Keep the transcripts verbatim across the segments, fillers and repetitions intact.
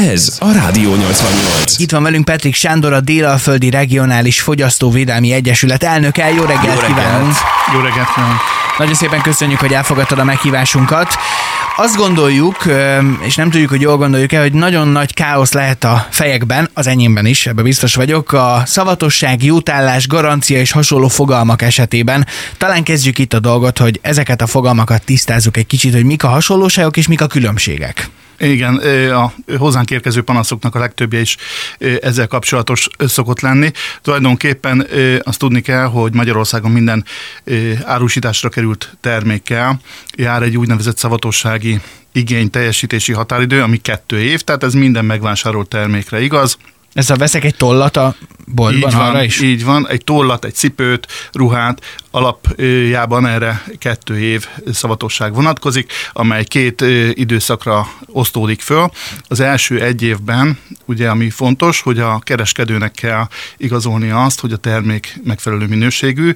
Ez a Rádió nyolcvannyolc. Itt van velünk Petrik Sándor, a Délalföldi Regionális Fogyasztóvédelmi Egyesület elnöke. Jó reggelt, Jó reggelt kívánunk! Jó reggelt kívánunk! Nagyon szépen köszönjük, hogy elfogadtad a meghívásunkat. Azt gondoljuk, és nem tudjuk, hogy jól gondoljuk-e, hogy nagyon nagy káosz lehet a fejekben, az enyémben is, ebben biztos vagyok, a szavatosság, jótállás, garancia és hasonló fogalmak esetében. Talán kezdjük itt a dolgot, hogy ezeket a fogalmakat tisztázzuk egy kicsit, hogy mik a hasonlóságok és mik a különbségek. Igen, a hozzánk érkező panaszoknak a legtöbbje is ezzel kapcsolatos szokott lenni. Tulajdonképpen azt tudni kell, hogy Magyarországon minden árusításra került termékkel jár egy úgynevezett szavatossági igény teljesítési határidő, ami kettő év, tehát ez minden megvásárolt termékre igaz. Ez a veszek egy tollat a boltban, így van, arra is? Így van, egy tollat, egy cipőt, ruhát, alapjában erre kettő év szavatosság vonatkozik, amely két időszakra osztódik föl. Az első egy évben, ugye ami fontos, hogy a kereskedőnek kell igazolni azt, hogy a termék megfelelő minőségű,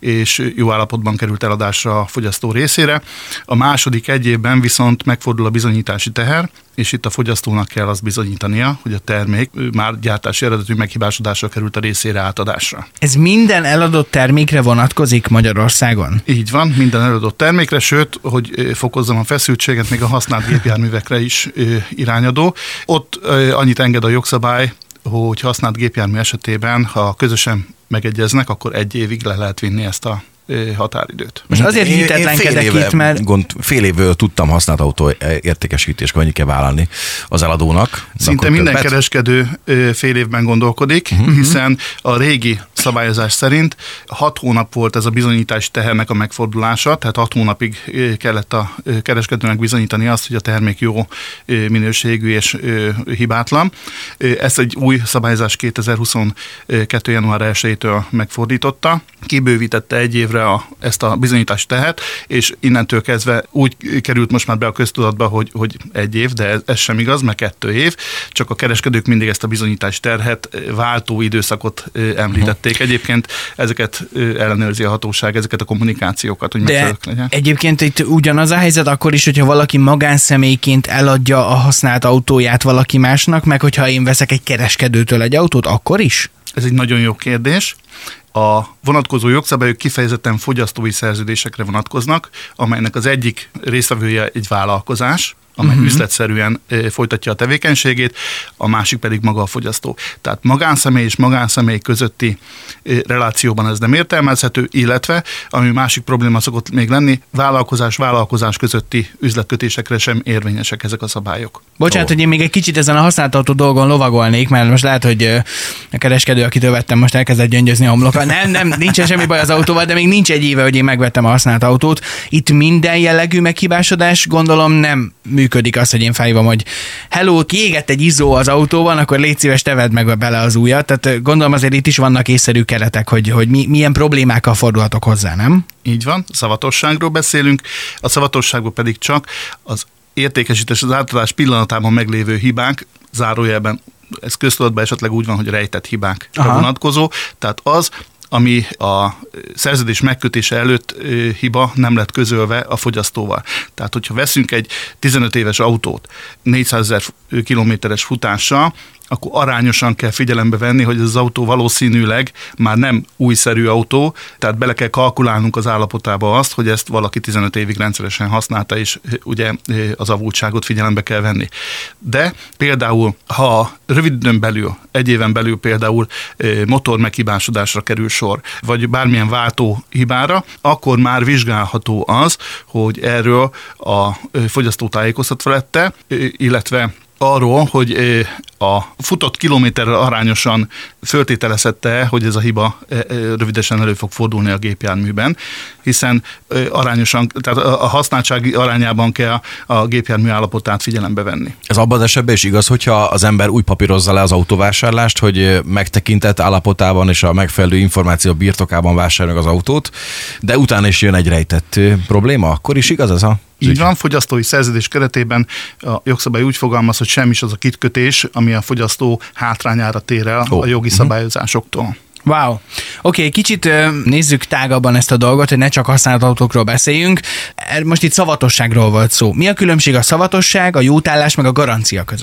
és jó állapotban került eladásra a fogyasztó részére. A második egy évben viszont megfordul a bizonyítási teher, és itt a fogyasztónak kell azt bizonyítania, hogy a termék már gyártási eredetű meghibásodásra került a részére átadásra. Ez minden eladott termékre vonatkozik Magyarországon? Így van, minden eladott termékre, sőt, hogy fokozzam a feszültséget, még a használt gépjárművekre is irányadó. Ott annyit enged a jogszabály, hogy használt gépjármű esetében, ha közösen megegyeznek, akkor egy évig le lehet vinni ezt a határidőt. Most azért hitetlenkedek itt, mert... Gond, fél évvel tudtam használt autó értékesítést, annyit kell vállalni az eladónak. Szinte minden többet. Kereskedő fél évben gondolkodik, uh-huh. hiszen a régi szabályozás szerint hat hónap volt ez a bizonyítási tehernek a megfordulása, tehát hat hónapig kellett a kereskedőnek bizonyítani azt, hogy a termék jó minőségű és hibátlan. Ezt egy új szabályozás kétezer-huszonkettő. január elsejétől megfordította, kibővítette egy évre a, ezt a bizonyítási tehet, és innentől kezdve úgy került most már be a köztudatba, hogy, hogy egy év, de ez, ez sem igaz, mert kettő év, csak a kereskedők mindig ezt a bizonyítási terhet váltó időszakot említették. Egyébként ezeket ellenőrzi a hatóság, ezeket a kommunikációkat, hogy megfelelők legyen. Egyébként itt ugyanaz a helyzet akkor is, hogyha valaki magánszemélyként eladja a használt autóját valaki másnak, meg hogyha én veszek egy kereskedőtől egy autót, akkor is? Ez egy nagyon jó kérdés. A vonatkozó jogszabályok kifejezetten fogyasztói szerződésekre vonatkoznak, amelynek az egyik résztvevője egy vállalkozás, amely uh-huh. üzletszerűen folytatja a tevékenységét, a másik pedig maga a fogyasztó. Tehát magánszemély és magánszemély közötti relációban ez nem értelmezhető, illetve, ami másik probléma szokott még lenni, vállalkozás-vállalkozás közötti üzletkötésekre sem érvényesek ezek a szabályok. Bocsánat, oh. hogy én még egy kicsit ezen a használt autó dolgon lovagolnék, mert most lehet, hogy a kereskedő, akitől vettem, most elkezdett gyöngyözni a homloka. Nem, nem, nincsen semmi baj az autóval, de még nincs egy éve, hogy én megvettem a használt autót. Itt minden jellegű meghibásodás, gondolom nem működik az, hogy én felhívom, hogy hello, kiégett egy izzó az autóban, akkor légy szíves, te vedd meg bele az újat. Tehát gondolom azért itt is vannak észszerű keretek, hogy, hogy mi, milyen problémákkal fordulhatok hozzá, nem? Így van, szavatosságról beszélünk, a szavatosságban pedig csak az értékesítés, az átadás pillanatában meglévő hibák, zárójelben ez köztudatban esetleg úgy van, hogy rejtett hibákra vonatkozó, tehát az, ami a szerződés megkötése előtt hiba nem lett közölve a fogyasztóval. Tehát, hogyha veszünk egy tizenöt éves autót négyszázezer kilométeres futással, akkor arányosan kell figyelembe venni, hogy ez az autó valószínűleg már nem újszerű autó, tehát bele kell kalkulálnunk az állapotába azt, hogy ezt valaki tizenöt évig rendszeresen használta, és ugye az avultságot figyelembe kell venni. De például, ha rövid időn belül, egy éven belül például motor meghibásodásra kerül sor, vagy bármilyen váltó hibára, akkor már vizsgálható az, hogy erről a fogyasztó tájékoztatva lette, illetve arról, hogy a futott kilométerrel arányosan föltételezette, hogy ez a hiba rövidesen elő fog fordulni a gépjárműben, hiszen arányosan, tehát a használtsági arányában kell a gépjármű állapotát figyelembe venni. Ez abban az esetben is igaz, hogyha az ember úgy papírozza le az autóvásárlást, hogy megtekintett állapotában és a megfelelő információ birtokában vásárolja az autót, de utána is jön egy rejtett probléma, akkor is igaz ez a... Így van, fogyasztói szerződés keretében a jogszabály úgy fogalmaz, hogy semmi is az a kitkötés, ami a fogyasztó hátrányára tér el oh. a jogi szabályozásoktól. Wow. Oké, okay, kicsit nézzük tágabban ezt a dolgot, hogy ne csak használt autókról beszéljünk. Most itt szavatosságról volt szó. Mi a különbség a szavatosság, a jótállás meg a garancia között?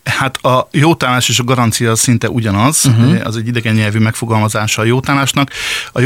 Hát a jótállás és a garancia szinte ugyanaz, uh-huh. az egy idegen nyelvű megfogalmazása a jótállásnak. A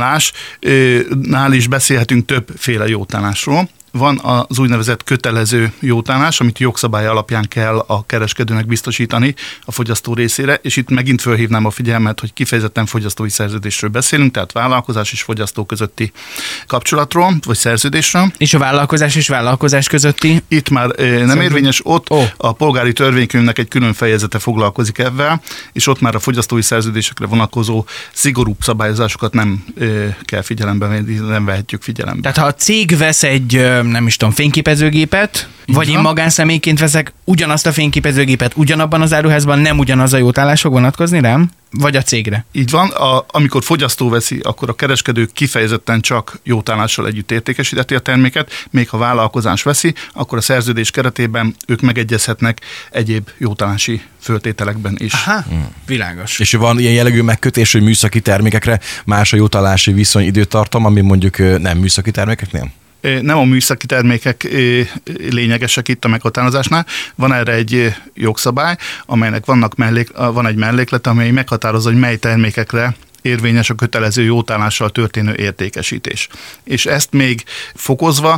jótállásnál is beszélhetünk többféle jótállásról. Van az úgynevezett kötelező jótállás, amit jogszabály alapján kell a kereskedőnek biztosítani a fogyasztó részére, és itt megint fölhívnám a figyelmet, hogy kifejezetten fogyasztói szerződésről beszélünk, tehát vállalkozás és fogyasztó közötti kapcsolatról, vagy szerződésről. És a vállalkozás és vállalkozás közötti? Itt már nem Szerint... érvényes, ott oh. a polgári törvénykönyvnek egy külön fejezete foglalkozik ebben, és ott már a fogyasztói szerződésekre vonatkozó szigorúbb szabályozásokat nem kell figyelembe venni, nem vehetjük figyelembe. Tehát ha a cég vesz egy nem is tudom, fényképezőgépet, így vagy van. Én magánszemélyként veszek ugyanazt a fényképezőgépet ugyanabban az áruházban, nem ugyanaz a jótállások vonatkozni rám? Vagy a cégre? Így van. A, amikor fogyasztó veszi, akkor a kereskedő kifejezetten csak jótállással együtt értékesítheti a terméket, még ha vállalkozás veszi, akkor a szerződés keretében ők megegyezhetnek egyéb jótállási föltételekben is. Aha, hmm. világos. És van ilyen jellegű megkötés, hogy műszaki termékekre más a jótállási viszony időtartam, ami mondjuk nem műszaki termékeknél? Nem a műszaki termékek lényegesek itt a meghatározásnál. Van erre egy jogszabály, amelynek vannak mellék, van egy melléklet, amely meghatározza, hogy mely termékekre érvényes a kötelező jótállással történő értékesítés. És ezt még fokozva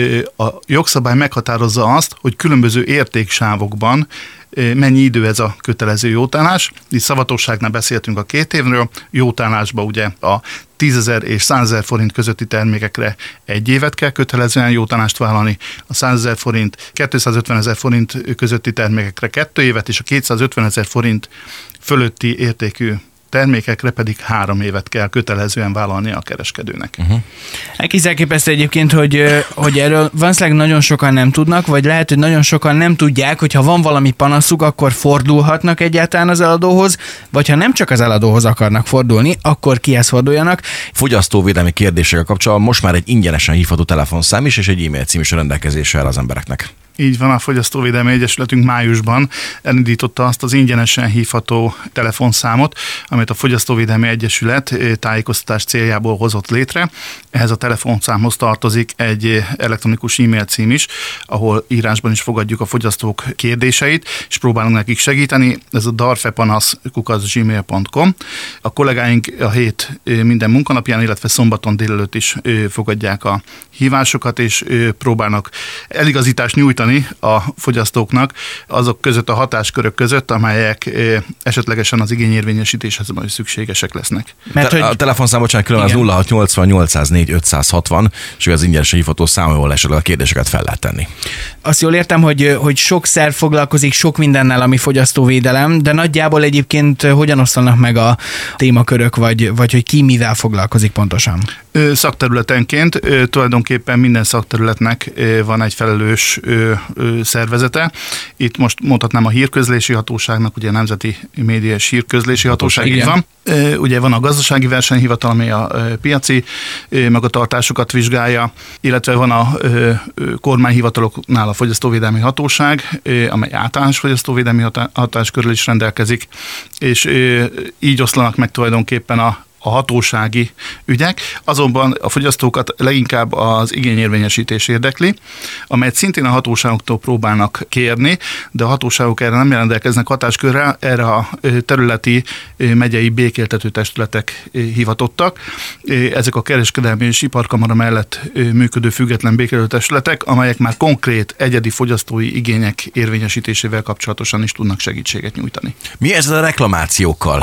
a jogszabály meghatározza azt, hogy különböző értéksávokban mennyi idő ez a kötelező jótállás. Itt szavatosságnál beszéltünk a két évről, jótállásban ugye a tízezer és százezer forint közötti termékekre egy évet kell kötelezően jótállást vállalni, a százezer forint, kétszázötvenezer forint közötti termékekre kettő évet, és a kétszázötvenezer forint fölötti értékű termékekre pedig három évet kell kötelezően vállalni a kereskedőnek. Uh-huh. Elképesztő egyébként, hogy, hogy erről valószínűleg nagyon sokan nem tudnak, vagy lehet, hogy nagyon sokan nem tudják, hogy ha van valami panaszuk, akkor fordulhatnak egyáltalán az eladóhoz, vagy ha nem csak az eladóhoz akarnak fordulni, akkor kihez forduljanak. Fogyasztóvédelmi kérdésekkel kapcsolatban most már egy ingyenesen hívható telefonszám is, és egy e-mail cím is rendelkezésre az embereknek. Így van, a Fogyasztóvédelmi Egyesületünk májusban elindította azt az ingyenesen hívható telefonszámot, amit a Fogyasztóvédelmi Egyesület tájékoztatás céljából hozott létre. Ehhez a telefonszámhoz tartozik egy elektronikus e-mail cím is, ahol írásban is fogadjuk a fogyasztók kérdéseit, és próbálunk nekik segíteni. Ez a darfepanasz kukac gmail pont com. A kollégáink a hét minden munkanapján, illetve szombaton délelőtt is fogadják a hívásokat, és próbálnak eligazítást nyújtani a fogyasztóknak azok között, a hatáskörök között, amelyek esetlegesen az igényérvényesítéshez majd szükségesek lesznek. Mert Te- hogy... A telefonszám, bocsánat, külön az nulla hat nyolcvan nyolcszáznégy ötszázhatvan, és az ingyenesen hívható szám, ahol esetleg a kérdéseket fel lehet tenni. Azt jól értem, hogy, hogy sok szer foglalkozik sok mindennel, ami fogyasztóvédelem, de nagyjából egyébként hogyan osztanak meg a témakörök, vagy, vagy hogy ki mivel foglalkozik pontosan? Szakterületenként tulajdonképpen minden szakterületnek van egy felelős szervezete. Itt most mondhatnám a hírközlési hatóságnak, ugye a Nemzeti Média és Hírközlési Hatóság, így van. Ugye van a Gazdasági Versenyhivatal, ami a piaci magatartásokat vizsgálja, illetve van a kormányhivataloknál a Fogyasztóvédelmi Hatóság, amely általános fogyasztóvédelmi hatáskörrel is rendelkezik, és így oszlanak meg tulajdonképpen a a hatósági ügyek, azonban a fogyasztókat leginkább az igényérvényesítés érdekli, amelyet szintén a hatóságoktól próbálnak kérni, de a hatóságok erre nem rendelkeznek hatáskörrel, erre a területi megyei békéltető testületek hivatottak. Ezek a kereskedelmi és iparkamara mellett működő független békéltető testületek, amelyek már konkrét egyedi fogyasztói igények érvényesítésével kapcsolatosan is tudnak segítséget nyújtani. Mi ez a reklamációkkal?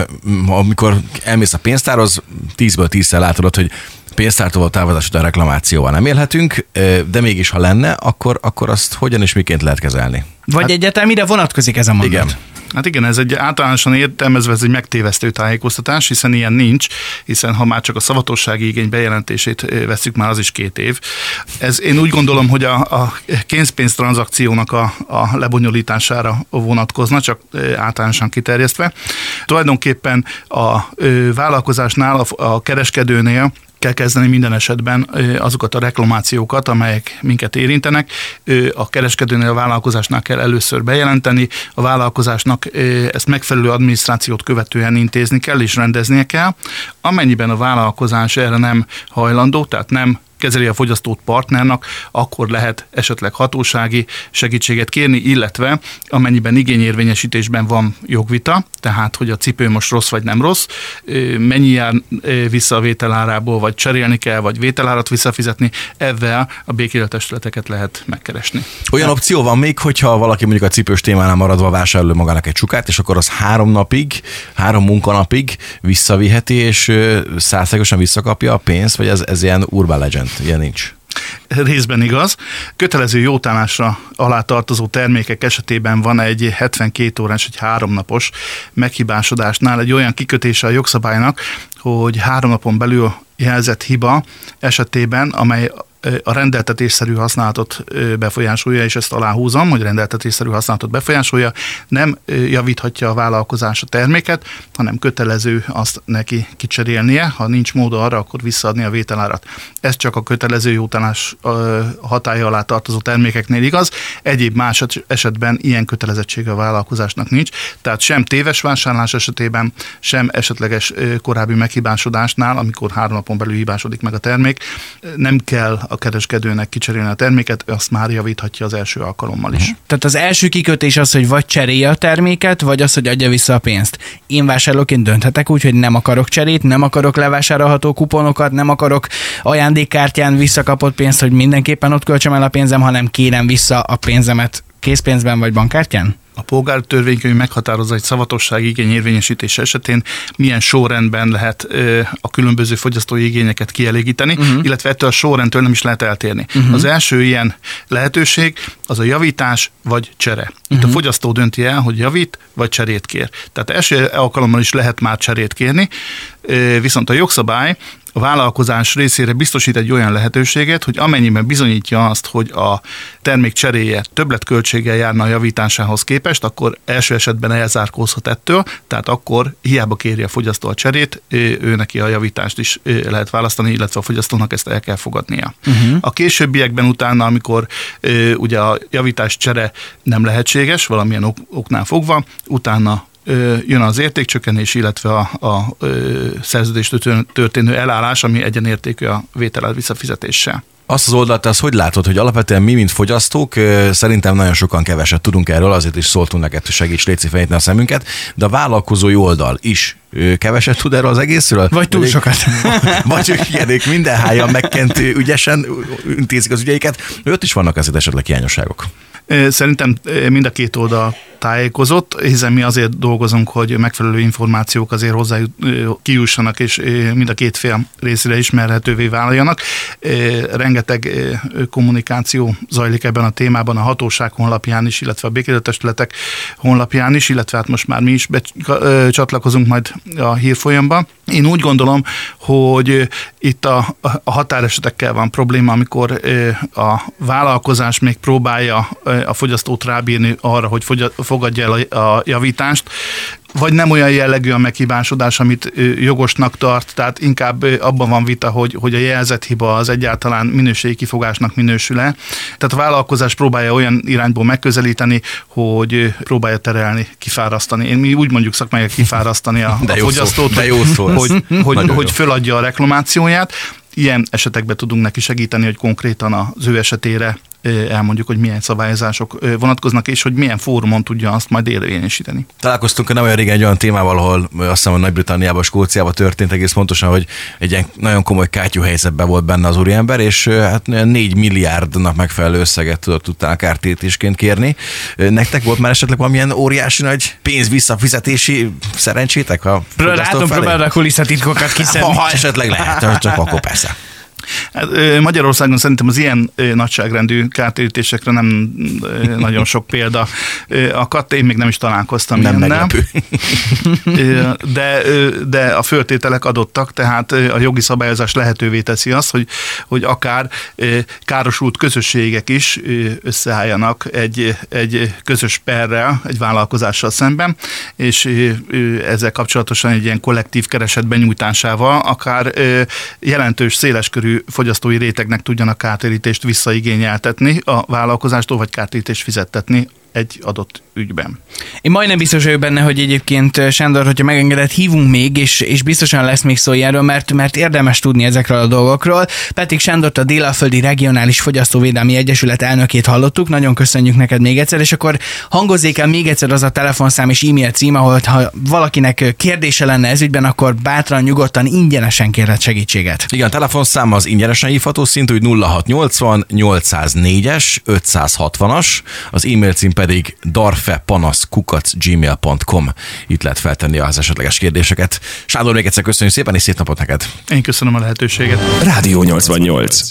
Amikor elmész a pénztárhoz, tízből tízszer látod, hogy pénztártól távozás után reklamációval nem élhetünk, de mégis ha lenne, akkor, akkor azt hogyan és miként lehet kezelni? Vagy hát, egyáltalán mire vonatkozik ez a mondat? Igen. Hát igen, ez egy általánosan értelmezve ez egy megtévesztő tájékoztatás, hiszen ilyen nincs, hiszen ha már csak a szavatossági igény bejelentését veszük, már az is két év. Ez én úgy gondolom, hogy a, a kénzpénz tranzakciónak a, a lebonyolítására vonatkozna, csak általánosan kiterjesztve. Tulajdonképpen a vállalkozásnál, a, a kereskedőnél kell kezdeni minden esetben azokat a reklamációkat, amelyek minket érintenek. A kereskedőnél, a vállalkozásnál kell először bejelenteni, a vállalkozásnak ezt megfelelő adminisztrációt követően intézni kell és rendeznie kell. Amennyiben a vállalkozás erre nem hajlandó, tehát nem kezeli a fogyasztót partnernak, akkor lehet esetleg hatósági segítséget kérni, illetve amennyiben igényérvényesítésben van jogvita, tehát hogy a cipő most rossz vagy nem rossz, mennyi jár vissza a vételárából, vagy cserélni kell, vagy vételárat visszafizetni, ezzel a békélőtestületeket lehet megkeresni. Olyan hát, opció van még, hogyha valaki mondjuk a cipős témánál maradva vásárol magának egy csukát, és akkor az három napig, három munkanapig visszaviheti, és százszerzalékosan visszakapja a pénzt, vagy ez, ez ilyen urban legend, ilyen nincs? Részben igaz. Kötelező jótállásra alá tartozó termékek esetében van egy hetvenkét órás, egy háromnapos meghibásodásnál egy olyan kikötése a jogszabálynak, hogy három napon belül jelzett hiba esetében, amely a rendeltetésszerű használatot befolyásolja, és ezt aláhúzom, hogy rendeltetésszerű használatot befolyásolja, nem javíthatja a vállalkozás a terméket, hanem kötelező azt neki kicserélnie, ha nincs mód arra, akkor visszaadni a vételárat. Ez csak a kötelező jótállás hatálya alá tartozó termékeknél igaz, egyéb más esetben ilyen kötelezettsége a vállalkozásnak nincs, tehát sem téves vásárlás esetében, sem esetleges korábbi meghibásodásnál, amikor három napon belül hibásodik meg a termék, nem kell a kereskedőnek kicserélni a terméket, azt már javíthatja az első alkalommal is. Tehát az első kikötés az, hogy vagy cserélje a terméket, vagy az, hogy adja vissza a pénzt. Én vásárlóként dönthetek úgy, hogy nem akarok cserét, nem akarok levásárolható kuponokat, nem akarok ajándékkártyán visszakapott pénzt, hogy mindenképpen ott költsem el a pénzem, hanem kérem vissza a pénzemet készpénzben vagy bankkártyán? A polgári törvénykönyv meghatározza egy szavatossági igény érvényesítése esetén, milyen sorrendben lehet ö, a különböző fogyasztói igényeket kielégíteni, uh-huh. illetve ettől a sorrendtől nem is lehet eltérni. Uh-huh. Az első ilyen lehetőség az a javítás vagy csere. Itt uh-huh. a fogyasztó dönti el, hogy javít vagy cserét kér. Tehát első alkalommal is lehet már cserét kérni, ö, viszont a jogszabály a vállalkozás részére biztosít egy olyan lehetőséget, hogy amennyiben bizonyítja azt, hogy a termék cseréje többletköltséggel járna a javításához képest, akkor első esetben elzárkózhat ettől, tehát akkor hiába kéri a fogyasztó a cserét, ő neki a javítást is lehet választani, illetve a fogyasztónak ezt el kell fogadnia. Uh-huh. A későbbiekben utána, amikor ugye a javítás csere nem lehetséges, valamilyen ok- oknál fogva, utána jön az értékcsökkenés, illetve a, a szerződéstől történő elállás, ami egyenértékű a vételár visszafizetéssel. Azt az oldalt, az hogy látod, hogy alapvetően mi, mint fogyasztók, szerintem nagyon sokan keveset tudunk erről, azért is szóltunk neked, hogy segíts, légy szíves, a szemünket, de a vállalkozói oldal is keveset tud erről az egészről? Vagy túl sokat. Vagy ők ilyenek mindenhányan megkentő, ügyesen intézik az ügyeiket, ott is vannak azért esetleg hiányosságok. Szerintem mind a két oldal tájékozott, hiszen mi azért dolgozunk, hogy megfelelő információk azért hozzá kijussanak, és mind a két fél részére ismerhetővé váljanak. Rengeteg kommunikáció zajlik ebben a témában a hatóság honlapján is, illetve a békélőtestületek honlapján is, illetve hát most már mi is becsatlakozunk majd a hírfolyamba. Én úgy gondolom, hogy itt a, a határesetekkel van probléma, amikor a vállalkozás még próbálja a fogyasztót rábírni arra, hogy fogadja el a, a javítást, vagy nem olyan jellegű a meghibásodás, amit jogosnak tart, tehát inkább abban van vita, hogy, hogy a jelzett hiba az egyáltalán minőségi kifogásnak minősül-e. Tehát a vállalkozás próbálja olyan irányból megközelíteni, hogy próbálja terelni, kifárasztani. Én mi úgy mondjuk szakmailag kifárasztani a, a fogyasztót, szó, jó szó, hogy, hogy, hogy föladja a reklamációját. Ilyen esetekben tudunk neki segíteni, hogy konkrétan az ő esetére elmondjuk, hogy milyen szabályozások vonatkoznak, és hogy milyen fórumon tudja azt majd érvényesíteni. Találkoztunk nem olyan régen egy olyan témával, ahol azt hiszem, hogy Nagy-Britanniában, Skóciában történt egész pontosan, hogy egy ilyen nagyon komoly kátyú helyzetben volt benne az úriember, és hát négy milliárdnak megfelelő összeget tudott utána kártérítésként kérni. Nektek volt már esetleg valamilyen óriási nagy pénz visszafizetési szerencsétek? Ha látom, próbálod a kulisszatitkokat kiszedni. Ha, ha esetleg lehet, csak akkor persze. Magyarországon szerintem az ilyen nagyságrendű kártérítésekre nem nagyon sok példa akadt, én még nem is találkoztam nem ilyennel. De, de a föltételek adottak, tehát a jogi szabályozás lehetővé teszi azt, hogy, hogy akár károsult közösségek is összeálljanak egy, egy közös perrel, egy vállalkozással szemben, és ezzel kapcsolatosan egy ilyen kollektív kereset benyújtásával akár jelentős, széleskörű fogyasztói rétegnek tudjanak kártérítést visszaigényeltetni a vállalkozástól, vagy kártérítést fizettetni egy adott ügyben. Én majdnem biztos vagyok benne, hogy egyébként Sándor, hogyha megengedett, hívunk még, és, és biztosan lesz még szó ilyenről, mert, mert érdemes tudni ezekről a dolgokról. Petrik Sándort, a Dél-Alföldi Regionális Fogyasztóvédelmi Egyesület elnökét hallottuk, nagyon köszönjük neked még egyszer, és akkor hangozzék el még egyszer az a telefonszám és e-mail cím, ahol ha valakinek kérdése lenne ez ügyben, akkor bátran, nyugodtan, ingyenesen kérhet segítséget. Igen, a telefonszám az ingyenesen hívható szintű, hogy nulla hat nyolcvan nyolcszáznégyes ötszázhatvanas, az e-mail cím pedig darfepanasz kukac gmail pont com. Itt lehet feltenni az esetleges kérdéseket. Sándor, még egyszer köszönjük szépen, és szép napot neked! Én köszönöm a lehetőséget. Rádió nyolcvannyolc.